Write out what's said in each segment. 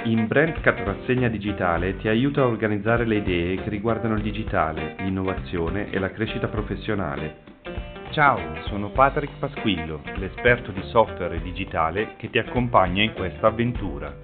In BrandCat Rassegna Digitale ti aiuta a organizzare le idee che riguardano il digitale, l'innovazione e la crescita professionale. Ciao, sono Patrick Pasquillo, l'esperto di software digitale che ti accompagna in questa avventura.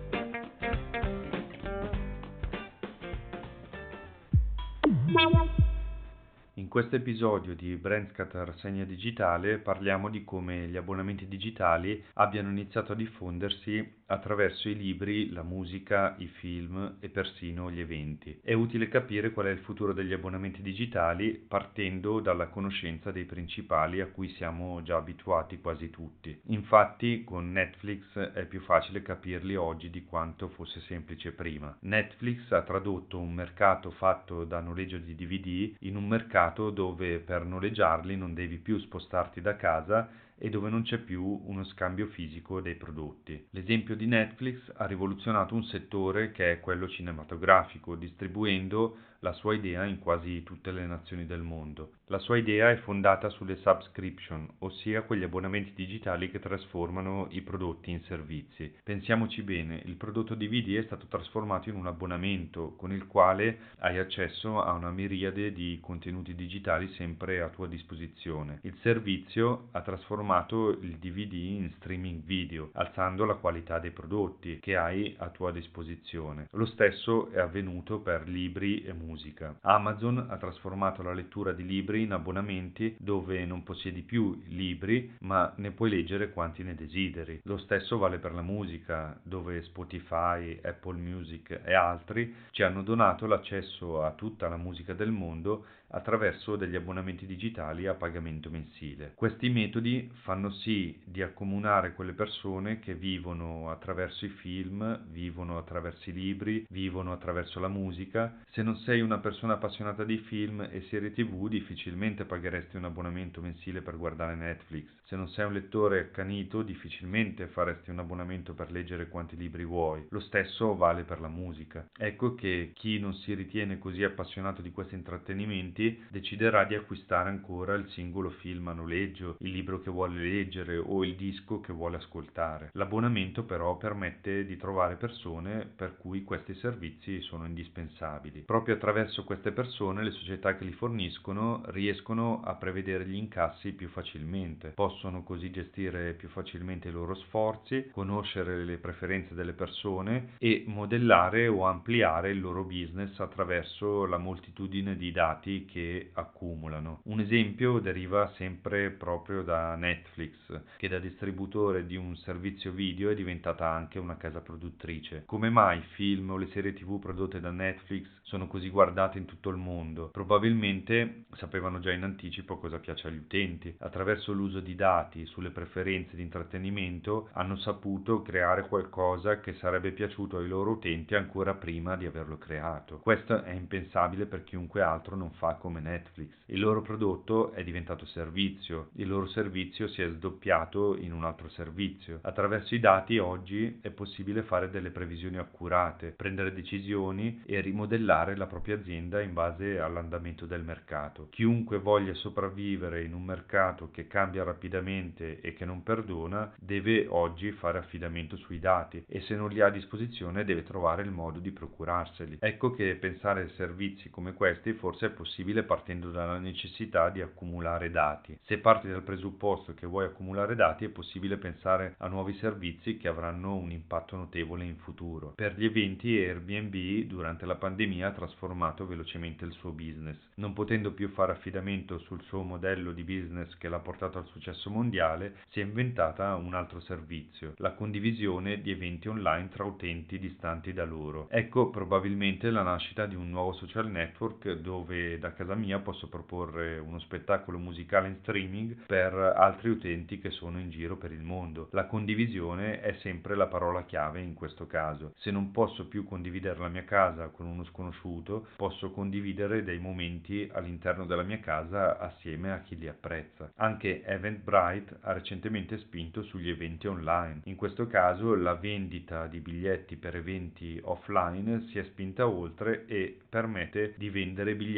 In questo episodio di BrandCat Rassegna Digitale parliamo di come gli abbonamenti digitali abbiano iniziato a diffondersi attraverso i libri, la musica, i film e persino gli eventi. È utile capire qual è il futuro degli abbonamenti digitali partendo dalla conoscenza dei principali a cui siamo già abituati quasi tutti. Infatti con Netflix è più facile capirli oggi di quanto fosse semplice prima. Netflix ha tradotto un mercato fatto da noleggio di DVD in un mercato dove per noleggiarli non devi più spostarti da casa e dove non c'è più uno scambio fisico dei prodotti. L'esempio di Netflix ha rivoluzionato un settore che è quello cinematografico, distribuendo la sua idea in quasi tutte le nazioni del mondo. La sua idea è fondata sulle subscription, ossia quegli abbonamenti digitali che trasformano i prodotti in servizi. Pensiamoci bene, il prodotto DVD è stato trasformato in un abbonamento con il quale hai accesso a una miriade di contenuti digitali sempre a tua disposizione. Il servizio ha trasformato il DVD in streaming video, alzando la qualità dei prodotti che hai a tua disposizione. Lo stesso è avvenuto per libri e musica. Amazon ha trasformato la lettura di libri in abbonamenti dove non possiedi più libri, ma ne puoi leggere quanti ne desideri. Lo stesso vale per la musica, dove Spotify, Apple Music e altri ci hanno donato l'accesso a tutta la musica del mondo attraverso degli abbonamenti digitali a pagamento mensile. Questi metodi fanno sì di accomunare quelle persone che vivono attraverso i film, vivono attraverso i libri, vivono attraverso la musica. Se non sei una persona appassionata di film e serie TV, difficilmente pagheresti un abbonamento mensile per guardare Netflix. Se non sei un lettore accanito, difficilmente faresti un abbonamento per leggere quanti libri vuoi. Lo stesso vale per la musica. Ecco che chi non si ritiene così appassionato di questi intrattenimenti deciderà di acquistare ancora il singolo film a noleggio, il libro che vuole leggere o il disco che vuole ascoltare. L'abbonamento però permette di trovare persone per cui questi servizi sono indispensabili. Proprio attraverso queste persone le società che li forniscono riescono a prevedere gli incassi più facilmente, possono così gestire più facilmente i loro sforzi, conoscere le preferenze delle persone e modellare o ampliare il loro business attraverso la moltitudine di dati che accumulano. Un esempio deriva sempre proprio da Netflix, che da distributore di un servizio video è diventata anche una casa produttrice. Come mai i film o le serie TV prodotte da Netflix sono così guardate in tutto il mondo? Probabilmente sapevano già in anticipo cosa piace agli utenti. Attraverso l'uso di dati sulle preferenze di intrattenimento hanno saputo creare qualcosa che sarebbe piaciuto ai loro utenti ancora prima di averlo creato. Questo è impensabile per chiunque altro non fa come Netflix. Il loro prodotto è diventato servizio, il loro servizio si è sdoppiato in un altro servizio. Attraverso i dati oggi è possibile fare delle previsioni accurate, prendere decisioni e rimodellare la propria azienda in base all'andamento del mercato. Chiunque voglia sopravvivere in un mercato che cambia rapidamente e che non perdona, deve oggi fare affidamento sui dati e se non li ha a disposizione deve trovare il modo di procurarseli. Ecco che pensare a servizi come questi forse è possibile partendo dalla necessità di accumulare dati. Se parti dal presupposto che vuoi accumulare dati, è possibile pensare a nuovi servizi che avranno un impatto notevole in futuro. Per gli eventi, Airbnb durante la pandemia ha trasformato velocemente il suo business. Non potendo più fare affidamento sul suo modello di business che l'ha portato al successo mondiale, si è inventata un altro servizio, la condivisione di eventi online tra utenti distanti da loro. Ecco probabilmente la nascita di un nuovo social network dove da casa mia posso proporre uno spettacolo musicale in streaming per altri utenti che sono in giro per il mondo. La condivisione è sempre la parola chiave in questo caso. Se non posso più condividere la mia casa con uno sconosciuto, posso condividere dei momenti all'interno della mia casa assieme a chi li apprezza. Anche Eventbrite ha recentemente spinto sugli eventi online. In questo caso la vendita di biglietti per eventi offline si è spinta oltre e permette di vendere biglietti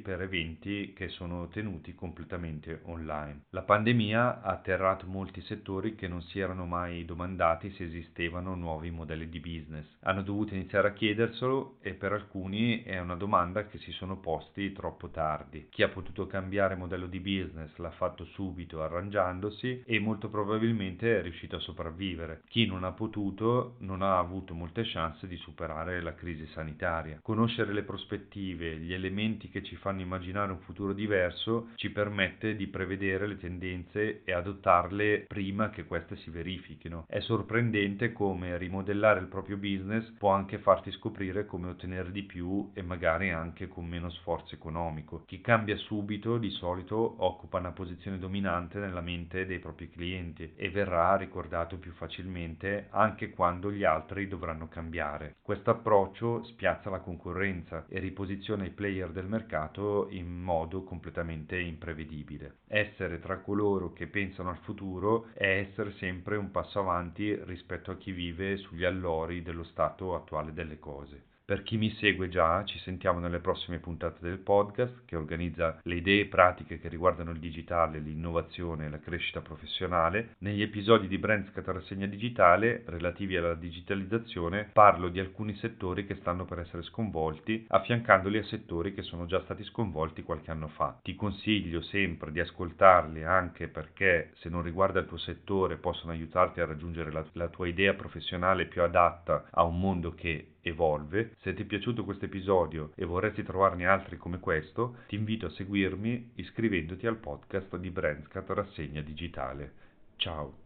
per eventi che sono tenuti completamente online. La pandemia ha atterrato molti settori che non si erano mai domandati se esistevano nuovi modelli di business. Hanno dovuto iniziare a chiederselo e per alcuni è una domanda che si sono posti troppo tardi. Chi ha potuto cambiare modello di business l'ha fatto subito arrangiandosi e molto probabilmente è riuscito a sopravvivere. Chi non ha potuto non ha avuto molte chance di superare la crisi sanitaria. Conoscere le prospettive, gli elementi che ci fanno immaginare un futuro diverso ci permette di prevedere le tendenze e adottarle prima che queste si verifichino. È sorprendente come rimodellare il proprio business può anche farti scoprire come ottenere di più e magari anche con meno sforzo economico. Chi cambia subito di solito occupa una posizione dominante nella mente dei propri clienti e verrà ricordato più facilmente anche quando gli altri dovranno cambiare. Questo approccio spiazza la concorrenza e riposiziona i player del mercato in modo completamente imprevedibile. Essere tra coloro che pensano al futuro è essere sempre un passo avanti rispetto a chi vive sugli allori dello stato attuale delle cose. Per chi mi segue già, ci sentiamo nelle prossime puntate del podcast che organizza le idee pratiche che riguardano il digitale, l'innovazione e la crescita professionale. Negli episodi di Brandscat Rassegna Digitale relativi alla digitalizzazione parlo di alcuni settori che stanno per essere sconvolti, affiancandoli a settori che sono già stati sconvolti qualche anno fa. Ti consiglio sempre di ascoltarli anche perché se non riguarda il tuo settore possono aiutarti a raggiungere la tua idea professionale più adatta a un mondo che evolve. Se ti è piaciuto questo episodio e vorresti trovarne altri come questo, ti invito a seguirmi iscrivendoti al podcast di Brandscat Rassegna Digitale. Ciao!